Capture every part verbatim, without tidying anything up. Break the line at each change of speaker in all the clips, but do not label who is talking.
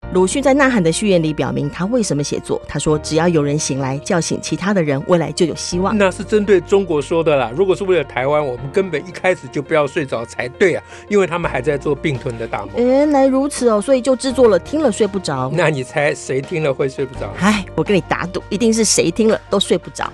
鲁迅在《呐喊》的序言里表明他为什么写作，他说只要有人醒来叫醒其他的人，未来就有希望。
那是针对中国说的啦，如果是为了台湾，我们根本一开始就不要睡着才对啊，因为他们还在做并吞的大梦。
原来如此哦，所以就制作了听了睡不着。
那你猜谁听了会睡不着？
哎，我跟你打赌，一定是谁听了都睡不着。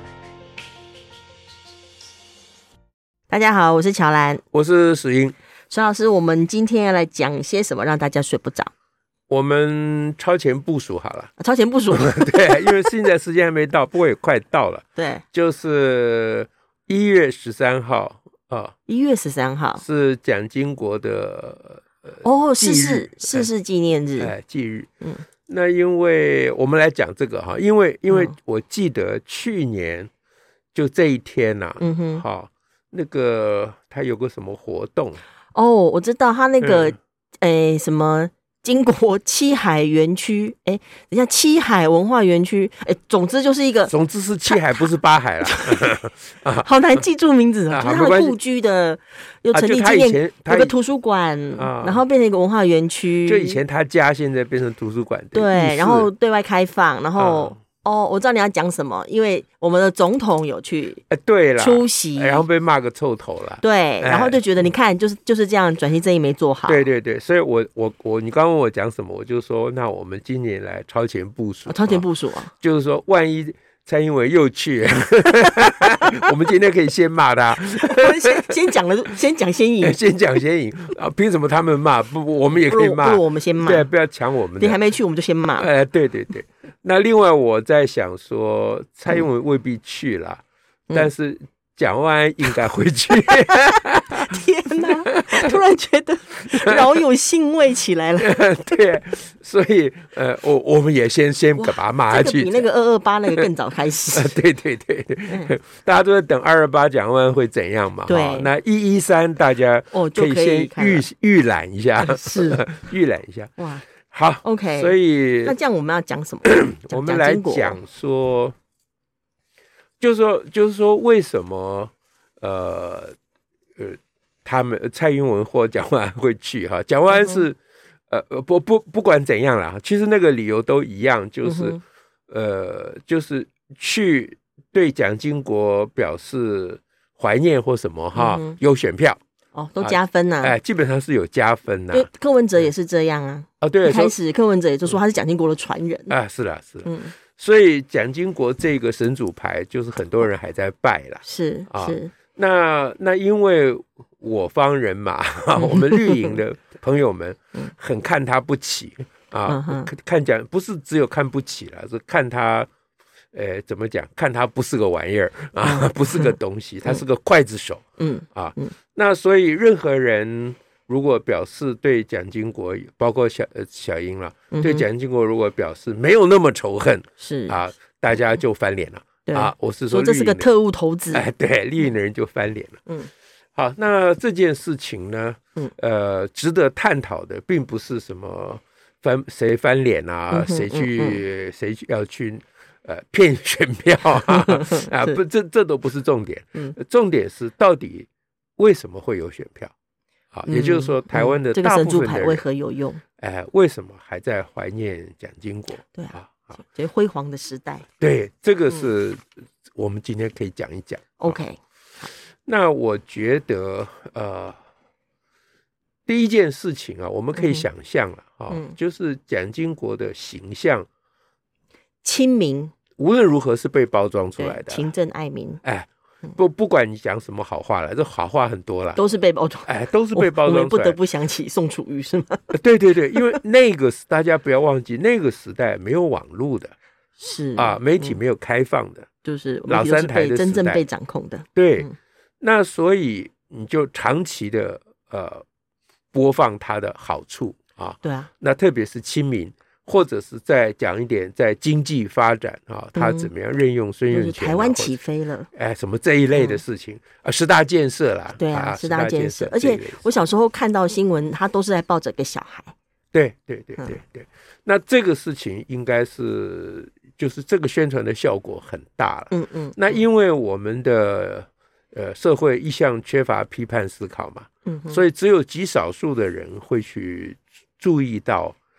大家好，我是乔兰，
我是史英。
沈老师，我们今天要来讲些什么让大家睡不着？
我们超前部署好了，
超前部署
对，因为现在时间还没到，不过也快到了。
对，
就是一月十三号啊，
一月十三号
是蒋经国的、呃、
哦，逝世逝世纪念日，
哎，忌日。
嗯，
那因为我们来讲这个哈，因为因为我记得去年就这一天呐、啊，嗯哼，好，那个他有个什么活动
哦，我知道他那个诶、嗯、什么。经国七海园区，哎，等一下，七海文化园区，哎，总之就是一个，
总之是七海，不是八海啦。
好难记住名字啊！就是他的故居的，有成立纪念，有个图书馆，然后变成一个文化园区。
就以前他家，现在变成图书馆。
对，然后对外开放，然后。哦，我知道你要讲什么，因为我们的总统有去
对啦
出席，
然后被骂个臭头了。
对，然后就觉得你看，就是就是这样，转型正义没做好。
对对对，所以我我我，你刚问我讲什么，我就说，那我们今年来超前部署，
哦、超前部署啊，
就是说，万一蔡英文又去，我们今天可以先骂他。
我们先先讲了，先讲先赢，
先讲先赢啊！凭什么他们骂不？我们也可以骂，
不如我们先骂，
对，不要抢我们的。
你还没去，我们就先骂。
哎、呃，对对对。那另外我在想说，蔡英文未必去啦，嗯、但是蒋万安应该会去。
天哪，突然觉得饶有兴味起来了。
对，所以呃，我我们也先先把他骂下去。
这个比那个二二八那个更早开始。
对对对对，嗯、大家都在等二二八蒋万安会怎样嘛？
对，
那一一三大家可以先预、哦、预览一下，
是
预览一下。
哇。
好
，OK，
所以
那这样我们要讲什么？
我们来讲说，就是说，就是说，为什么呃呃，他们蔡英文或蒋万安会去哈？蒋万安是、嗯、呃不不不管怎样啦，其实那个理由都一样，就是、嗯、呃就是去对蒋经国表示怀念或什么哈，嗯、有选票。
哦，都加分呐、啊！
哎，基本上是有加分呐、啊。
因为柯文哲也是这样啊。
啊，对，
一开始柯文哲也就说他是蒋经国的传人
啊，是啦，是啦。嗯，所以蒋经国这个神主牌，就是很多人还在拜啦。
是啊，是。
那那因为我方人马，我们绿营的朋友们很看他不起啊，嗯、看蒋不是只有看不起啦，是看他。呃，怎么讲？看他不是个玩意儿啊，不是个东西，他是个刽子手。嗯啊，嗯那所以任何人如果表示对蒋经国，包括小呃小英了，嗯、对蒋经国如果表示没有那么仇恨，是啊，大家就翻脸了。
对
啊，我是说
这是个特务头子。
哎，对，绿营的人就翻脸了。嗯，好，那这件事情呢，嗯呃，值得探讨的并不是什么翻谁翻脸啊，嗯、谁去、嗯、谁去要去。呃，骗选票啊，啊不，这这都不是重点，嗯、重点是到底为什么会有选票？啊，嗯、也就是说，台湾的大部分的人、嗯、这个神主牌
为何有用？
哎、呃，为什么还在怀念蒋经国？
对啊，啊，这辉煌的时代。
对，这个是我们今天可以讲一讲。
OK，、
啊、那我觉得，呃，第一件事情啊，我们可以想象了啊，嗯、就是蒋经国的形象。
亲民，
无论如何是被包装出来的，
勤政爱民。
哎，不不管你讲什么好话了，这好话很多了，
都是被包装，
哎，都是被包装出来。
我们不得不想起宋楚瑜，是吗？
对对对，因为那个大家不要忘记，那个时代没有网络的，
是
啊，媒体没有开放的，
嗯、就是
老三台的时代
真正被掌控的。
对，嗯、那所以你就长期的呃播放它的好处啊，
对啊，
那特别是亲民。或者是再讲一点，在经济发展啊，他怎么样任用孙运璇、啊嗯，
台湾起飞了，
哎，什么这一类的事情、嗯、啊，十大建设啦，
对啊，十大建设，而且我小时候看到新闻，他都是在抱着个小孩，
对对对对对，嗯、那这个事情应该是就是这个宣传的效果很大了，嗯嗯，那因为我们的呃社会一向缺乏批判思考嘛，嗯，所以只有极少数的人会去注意到。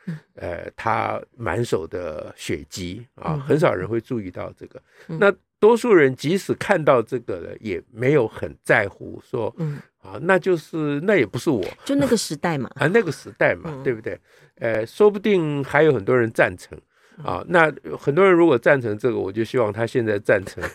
呃，他满手的血迹啊，
嗯、
很少人会注意到这个。嗯、那多数人即使看到这个了，也没有很在乎说，嗯啊，那就是那也不是我，
就那个时代嘛，
啊，那个时代嘛，嗯、对不对？呃，说不定还有很多人赞成。啊，那很多人如果赞成这个，我就希望他现在赞成。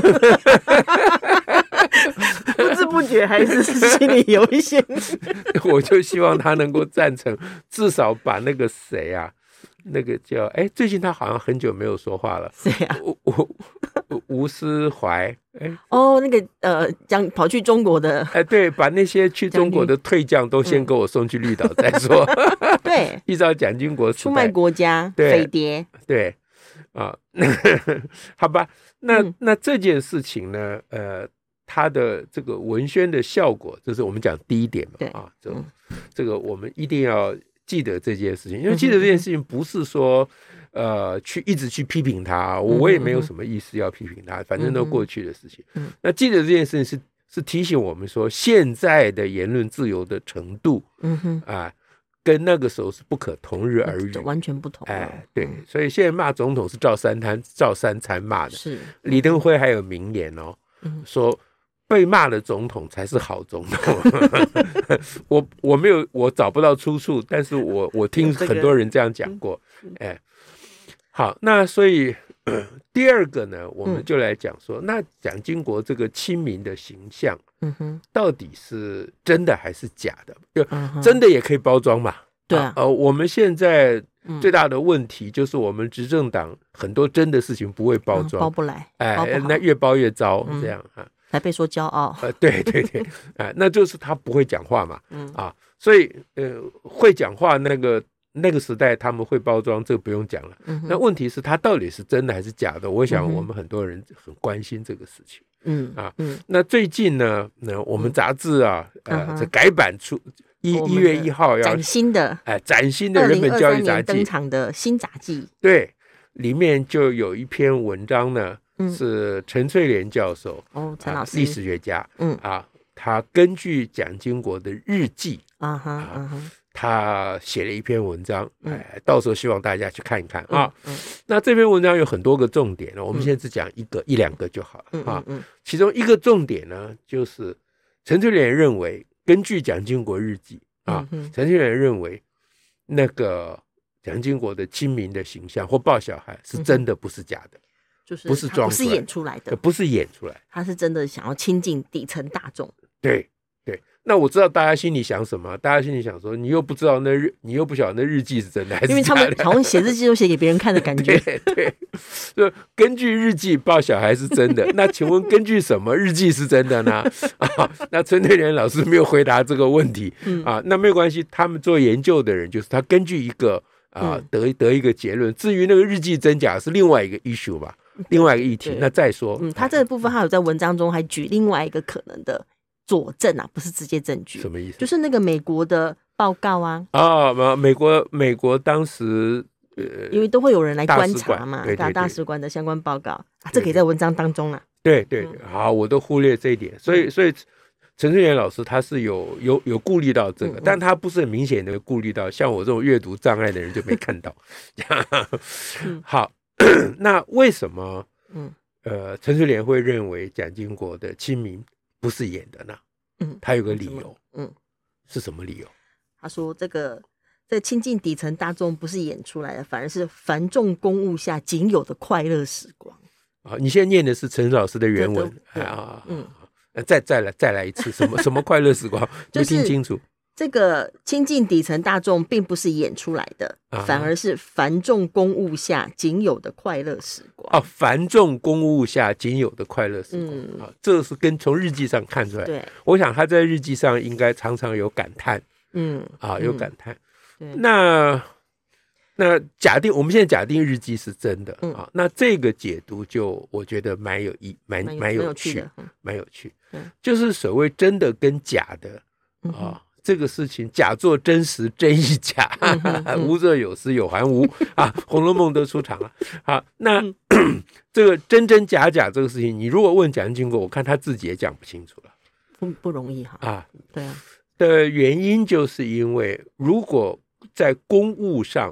不知不觉还是心里有一些，
我就希望他能够赞成，至少把那个谁啊，那个叫哎，最近他好像很久没有说话了。
谁啊？
吴吴吴思怀，哎，
哦，那个呃，将跑去中国的，
哎，对，把那些去中国的退将都先给我送去绿岛再说。
嗯、对，
依照蒋经国
出卖国家，匪谍，
对啊，好吧，那、嗯、那这件事情呢，呃。它的这个文宣的效果，这是我们讲第一点嘛，啊，这、嗯、这个我们一定要记得这件事情，因为记得这件事情不是说，呃，去一直去批评他，我也没有什么意思要批评他，反正都过去的事情。嗯、那记得这件事情是是提醒我们说，现在的言论自由的程度，嗯哼啊，跟那个时候是不可同日而语，
完全不同。
哎，对，所以现在骂总统是照三餐照三餐骂的。
是
李登辉还有名言哦，嗯、说。被骂的总统才是好总统。我我没有我找不到出处，但是我我听很多人这样讲过。哎，好，那所以、呃、第二个呢，我们就来讲说，嗯、那蒋经国这个亲民的形象，嗯哼，到底是真的还是假的？就、嗯、真的也可以包装嘛？
对啊，
呃，我们现在最大的问题就是我们执政党很多真的事情不会包装，嗯、
包不来，
哎，
不
那越包越糟，这样啊。
还被说骄傲，
呃，对对对，啊、呃，那就是他不会讲话嘛，嗯啊，所以呃，会讲话那个那个时代他们会包装，这个不用讲了。嗯、那问题是他到底是真的还是假的？我想我们很多人很关心这个事情，嗯啊，嗯，那最近呢，那我们杂志啊，嗯、呃，这改版出一一月一号要
崭新的，
哎、呃，崭新的人本教育杂技
登场的新杂技，
对，里面就有一篇文章呢。嗯、是陈翠莲教授
哦，陈老师，
历、啊、史学家，嗯啊，他根据蒋经国的日记啊哈啊哈，他写了一篇文章，嗯、哎，到时候希望大家去看一看啊。嗯嗯、那这篇文章有很多个重点，我们现在只讲一个、嗯、一两个就好了、嗯、啊。嗯嗯、其中一个重点呢，就是陈翠莲认为，根据蒋经国日记啊，嗯、陈翠莲认为那个蒋经国的亲民的形象或抱小孩是真的，不是假的。
就是
不是装出来，
不是演出来的，
不是演出来，
他是真的想要亲近底层大众。
对对，那我知道大家心里想什么，大家心里想说，你又不知道那日，你又不晓得那日记是真的还是假的，
因为他们好像写日记都写给别人看的感觉。
对对，就根据日记抱小孩是真的，那请问根据什么日记是真的呢？啊，那陈翠莲老师没有回答这个问题、嗯、啊，那没有关系，他们做研究的人就是他根据一个啊得得一个结论，至于那个日记真假是另外一个 issue 吧。另外一个议题，那再说。
嗯，他这个部分他有在文章中还举另外一个可能的佐证啊，不是直接证据。
什么意思？
就是那个美国的报告啊。
哦，美国美国当时呃，
因为都会有人来观察嘛，大大使馆的相关报告，啊、这个也在文章当中啦。
对对对，嗯、好，我都忽略这一点，所以所以陈翠莲老师他是有有有顾虑到这个，嗯嗯但他不是很明显的顾虑到，像我这种阅读障碍的人就没看到。嗯、好。那为什么，嗯，呃，陈翠莲会认为蒋经国的亲民不是演的呢？嗯，他有个理由，嗯，是什么理由？
他说这个这亲近底层大众不是演出来的，反而是繁重公务下仅有的快乐时光。
啊，你现在念的是陈老师的原文啊，嗯，再再来再来一次，什么什么快乐时光？没听清楚。
这个亲近底层大众并不是演出来的，啊、反而是繁重公务下仅有的快乐时光。
哦，繁重公务下仅有的快乐时光，嗯、啊，这是跟从日记上看出来。
对，
我想他在日记上应该常常有感叹，嗯，啊，有感叹。嗯、那那假定我们现在假定日记是真的、嗯、啊，那这个解读就我觉得蛮有意，蛮蛮有趣，蛮有趣。嗯、就是所谓真的跟假的啊。嗯这个事情假作真实，真亦假，嗯嗯、无则有失，有还无啊！《红楼梦》都出场了。好，那、嗯、这个真真假假这个事情，你如果问蒋经国，我看他自己也讲不清楚了，
不不容易哈。啊，对啊。
的原因就是因为，如果在公务上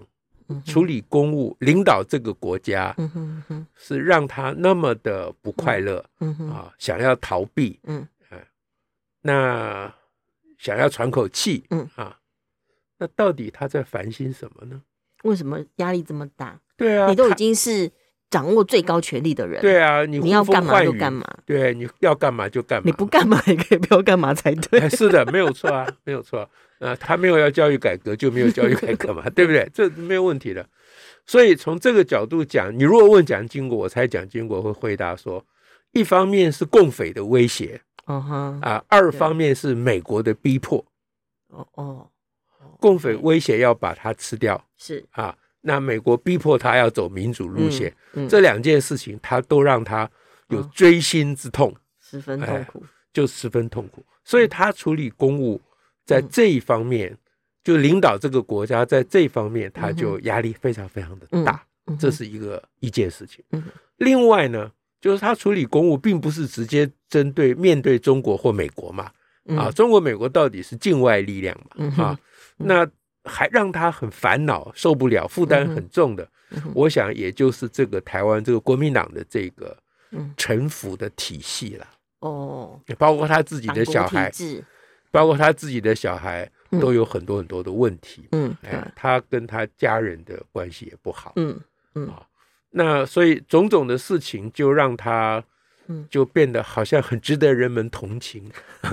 处理公务、领导这个国家，是让他那么的不快乐，啊，想要逃避，嗯，那想要喘口气，嗯啊，那到底他在烦心什么呢？
为什么压力这么大？
对啊，
你都已经是掌握最高权力的人，
对啊，你
你要干嘛就干嘛，
对，你要干嘛就干嘛，
你不干嘛也可以不要干嘛才对。
是的，没有错啊，没有错。啊，他没有要教育改革，就没有教育改革嘛，对不对？这没有问题的。所以从这个角度讲，你如果问蒋经国，我猜蒋经国会回答说，一方面是共匪的威胁，uh huh, 啊，二方面是美国的逼迫。哦哦，共匪威胁要把他吃掉，是啊，那美国逼迫他要走民主路线，嗯嗯、这两件事情他都让他有锥心之痛，哦、
十分痛苦、哎，
就十分痛苦。所以他处理公务。在这一方面，嗯、就领导这个国家，在这一方面，他就压力非常非常的大，嗯、这是一个一件事情。嗯、另外呢，就是他处理公务，并不是直接针对面对中国或美国嘛，嗯、啊，中国美国到底是境外力量嘛，嗯、啊，那还让他很烦恼、受不了、负担很重的，嗯、我想也就是这个台湾这个国民党的这个臣服的体系了。哦，包括他自己的小孩。包括他自己的小孩都有很多很多的问题，嗯，哎，他跟他家人的关系也不好，嗯嗯、啊，那所以种种的事情就让他，就变得好像很值得人们同情。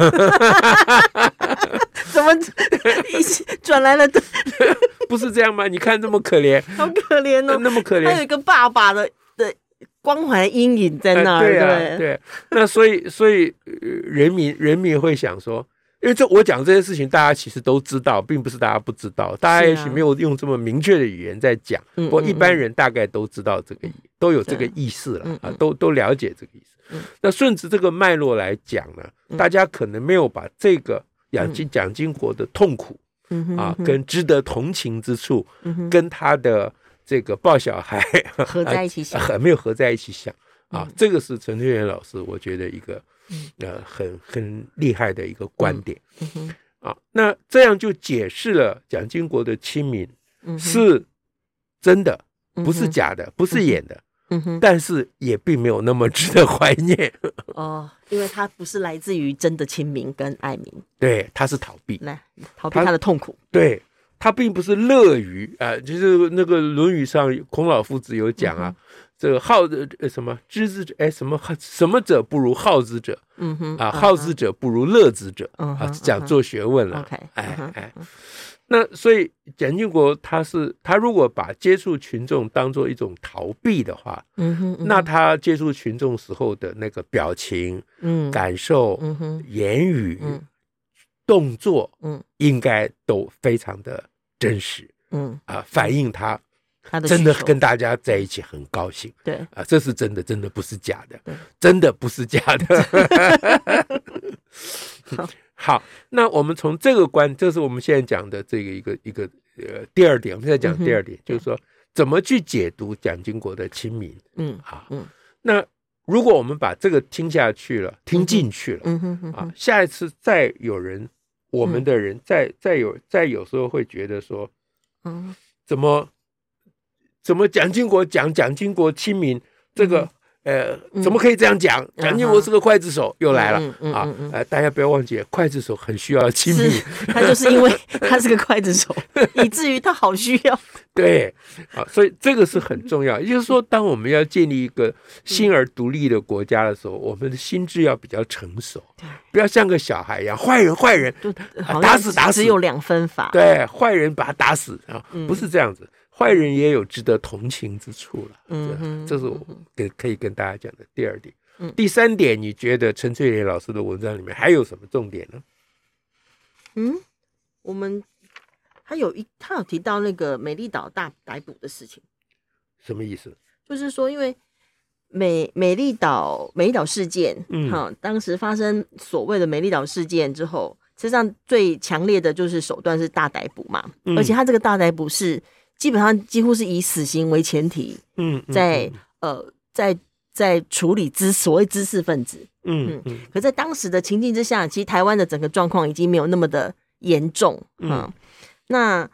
怎么转来了？
不是这样吗？你看这么可怜，
好可怜哦，
那么可怜，
他有一个爸爸的的光环阴影在那儿，
哎、对啊，
对，
对，那所以所以、呃、人民人民会想说。因为这我讲这些事情，大家其实都知道，并不是大家不知道，大家也许没有用这么明确的语言在讲，啊、不过一般人大概都知道这个，嗯、都有这个意识了、嗯、啊，都都了解这个意思。嗯、那顺着这个脉络来讲呢，嗯、大家可能没有把这个蒋经蒋经国的痛苦、嗯、啊，跟值得同情之处，嗯、跟他的这个抱小孩
合在一起想，
啊、没有合在一起想啊，嗯、这个是陈翠莲老师，我觉得一个。呃，很很厉害的一个观点、嗯嗯啊、那这样就解释了蒋经国的亲民是真的，嗯、不是假的，不是演的，嗯、但是也并没有那么值得怀念
哦，因为他不是来自于真的亲民跟爱民，
对，他是逃避，
来逃避他的痛苦，
对，他并不是乐于啊、呃，就是那个《论语》上孔老夫子有讲啊。嗯这个好呃什么知之者哎什么什么者不如好之者，嗯哼啊好之者不如乐之者，嗯、啊讲做学问了， okay, 哎哎，那所以蒋经国他是他如果把接触群众当做一种逃避的话，嗯哼，嗯哼那他接触群众时候的那个表情、嗯感受、嗯哼言语、嗯、动作，嗯应该都非常的真实，嗯啊反映他。真的跟大家在一起很高兴，对啊，这是真的，真的不是假的，真的不是假的。好, 好，那我们从这个观，这是我们现在讲的这个一个一个呃第二点，我们现在讲第二点，嗯、就是说怎么去解读蒋经国的亲民，嗯啊，嗯，那如果我们把这个听下去了，听进去了，嗯哼嗯啊，下一次再有人，我们的人再再有再有时候会觉得说，嗯，怎么？怎么蒋经国讲蒋经国亲民这个、嗯、呃怎么可以这样讲？嗯、蒋经国是个刽子手，嗯、又来了、嗯嗯、啊！呃，大家不要忘记，刽子手很需要亲民，
他就是因为他是个刽子手，以至于他好需要。
对啊，所以这个是很重要。也就是说，当我们要建立一个新而独立的国家的时候，我们的心智要比较成熟，不要像个小孩一样，坏人坏人、啊、打死打死，
只有两分法。
对，坏人把他打死啊，嗯、不是这样子。坏人也有值得同情之处了，嗯，这是我跟可以跟大家讲的第二点。嗯、第三点，你觉得陈翠莲老师的文章里面还有什么重点呢？
嗯，我们他有一他有提到那个美丽岛大逮捕的事情，
什么意思？
就是说，因为美美丽岛美丽岛事件，嗯，哈，当时发生所谓的美丽岛事件之后，实际上最强烈的就是手段是大逮捕嘛，嗯、而且他这个大逮捕是。基本上几乎是以死刑为前提，嗯，在、嗯、呃，在在处理知所谓知识分子，嗯嗯，可在当时的情境之下，其实台湾的整个状况已经没有那么的严重，嗯，嗯那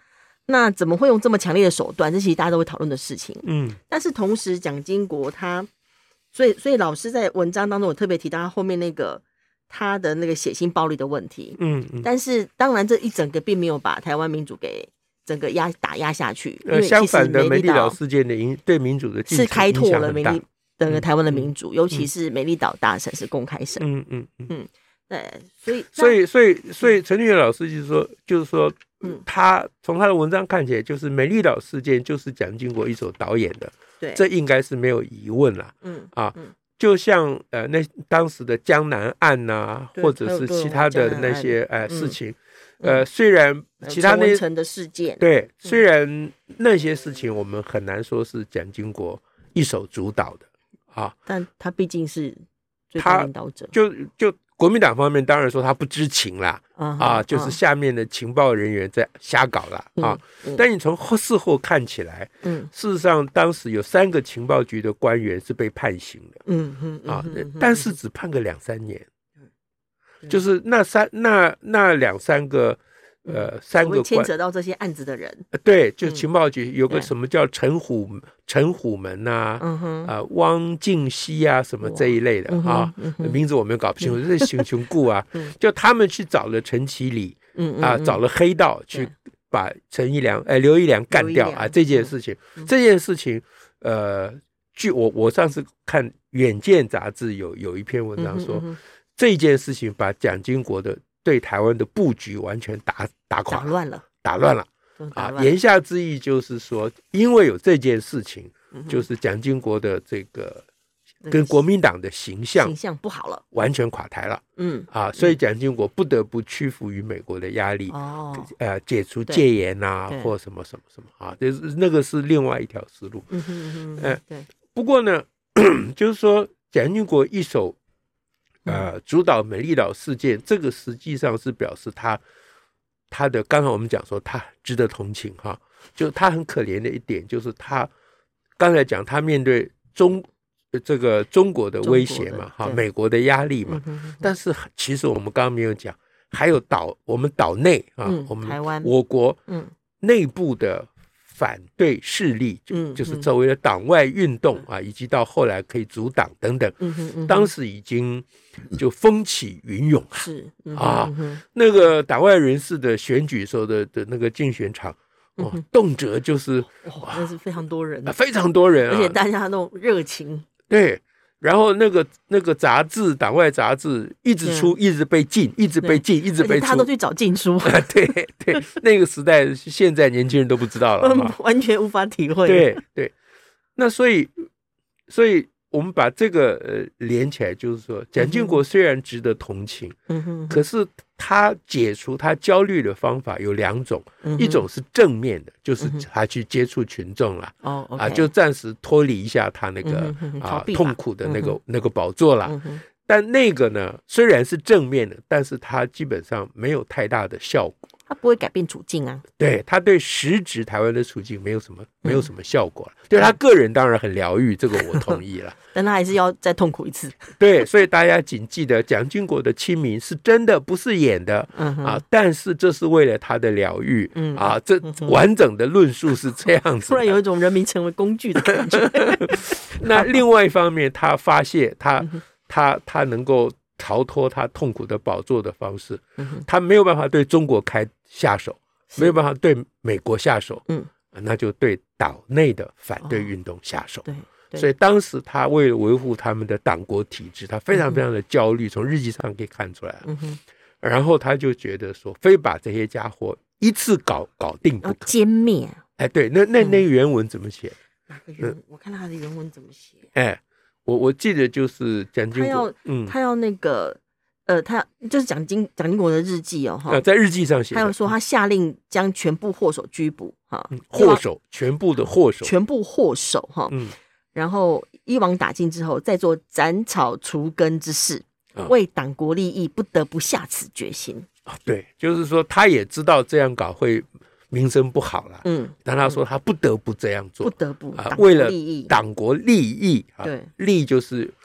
那怎么会用这么强烈的手段？这其实大家都会讨论的事情。
嗯，
但是同时蒋经国他，所以所以老师在文章当中，我特别提到他后面那个他的那个血腥暴力的问题。
嗯嗯。
但是当然这一整个并没有把台湾民主给整个压打压下去。
呃，相反的，美丽岛事件的影对民主的进程
是开拓了美丽整个台湾的民主，
嗯、
尤其是美丽岛大审是公开审。
嗯嗯嗯
嗯，对，所以
所以所以所以陈俊元老师就是说，就是说，
嗯，
他从他的文章看起来，就是美丽岛事件就是蒋经国一手导演的，
对，
这应该是没有疑问了。
嗯
啊，
嗯
就像呃那当时的江南案呐、啊，或者是其他的那些呃事情，呃，虽然其他那
陈的事件，
对，虽然那些事情我们很难说是蒋经国一手主导的啊，
但他毕竟是最高领导者，
就就国民党方面当然说他不知情啦，
啊，
啊就是下面的情报人员在瞎搞啦、嗯、啊、嗯，但你从后事后看起来，嗯，事实上当时有三个情报局的官员是被判刑的，
嗯嗯
啊，但是只判个两三年，就是那三那那两三个。呃，三个
牵扯到这些案子的人，
对，就情报局有个什么叫陈虎陈虎门呐、啊，嗯哼，啊、呃，汪敬熙啊，什么这一类的啊、嗯嗯，名字我没有搞不清楚，这是熊熊顾啊，就他们去找了陈其礼，嗯啊，找了黑道去把陈一良、哎刘一良干掉啊，这件事情，嗯、这件事情，呃，据我我上次看《远见》杂志有有一篇文章说，嗯嗯、这件事情把蒋经国的。对台湾的布局完全打打垮了，
打乱了，
打乱了啊！言下之意就是说，因为有这件事情，嗯、就是蒋经国的这个跟国民党的形象
形象不好了，
完全垮台了。嗯啊，所以蒋经国不得不屈服于美国的压力，哦，呃，解除戒严啊，或什么什么什么啊，就是那个是另外一条思路。嗯哼嗯哼，呃，对。不过呢，就是说蒋经国一手。呃，主导美丽岛事件，这个实际上是表示他他的，刚才我们讲说他值得同情哈，就他很可怜的一点就是他刚才讲他面对中这个中国的威胁嘛哈，美国的压力嘛，嗯、但是其实我们刚刚没有讲，还有岛我们岛内啊，嗯、我们
台湾
我国内部的。反对势力，就就是所谓的党外运动啊，以及到后来可以阻挡等等，当时已经就风起云涌了，是啊，那个党外人士的选举时候的的那个竞选场，哦，动辄就是
哇，那是非常多人，
非常多人，
而且大家那种热情，
对。然后那个那个杂志，党外杂志一直出，一直被禁，一直被禁，一直被出。
他都去找禁书。
对对，那个时代，现在年轻人都不知道了，
嗯、完全无法体会。
对对，那所以所以我们把这个呃连起来，就是说，蒋经国虽然值得同情，嗯哼，可是他解除他焦虑的方法有两种，嗯、一种是正面的，就是他去接触群众了，哦、嗯，啊，就暂时脱离一下他那个、嗯、啊痛苦的那个、嗯、那个宝座了。嗯、但那个呢，虽然是正面的，但是他基本上没有太大的效果。
他不会改变处境啊，
对他对实质台湾的处境没有什么没有什么效果、嗯、对他个人当然很疗愈，这个我同意了，
但他还是要再痛苦一次。
对，所以大家谨记得，蒋经国的亲民是真的，不是演的、嗯、啊，但是这是为了他的疗愈、嗯、啊，这完整的论述是这样子，
突然有一种人民成为工具的感觉。
那另外一方面，他发泄他、嗯、他他能够逃脱他痛苦的宝座的方式、嗯、他没有办法对中国开下手，没有办法对美国下手，嗯，那就对岛内的反对运动下手、哦、对，所以当时他为了维护他们的党国体制，他非常非常的焦虑、嗯、从日记上可以看出来、嗯、哼，然后他就觉得说非把这些家伙一次搞搞定不可，
歼灭。
哎，对，那那那原文怎么写、
嗯、哪个原文、嗯、我看他的原文怎么写，
哎，我我记得就是蒋经国，
他要、嗯、他要那个呃，他就是蒋经蒋经国的日记哦，
哈，在日记上写，
他有说他下令将全部祸首拘捕，哈，
祸首全部的祸首，
全部祸首哈，嗯，然后一网打尽之后，再做斩草除根之事，嗯、为党国利益，不得不下此决心
啊。对，就是说他也知道这样搞会名声不好了，嗯，但他说他不得不这样做，
不得不
啊，为了党国利益啊，
对，
利就是。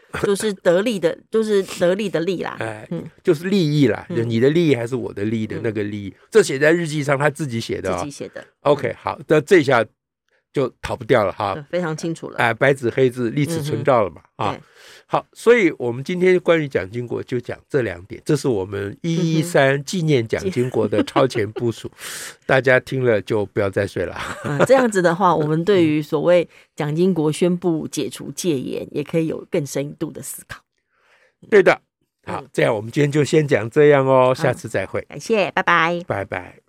就是得利的，就是得利的利啦，
哎，嗯、就是利益啦，嗯、你的利益还是我的利益的那个利益，嗯、这写在日记上，他自己写的、哦，
自己写的。
OK， 好，那这下就逃不掉了哈，
非常清楚了，
哎，白纸黑字，历史存照了嘛，嗯、啊。好，所以我们今天关于蒋经国就讲这两点，这是我们一一三纪念蒋经国的超前部署，大家听了就不要再睡了。
嗯、这样子的话，我们对于所谓蒋经国宣布解除戒严，也可以有更深度的思考。
对的，好，这样我们今天就先讲这样哦，下次再会，
感谢，拜拜，
拜拜。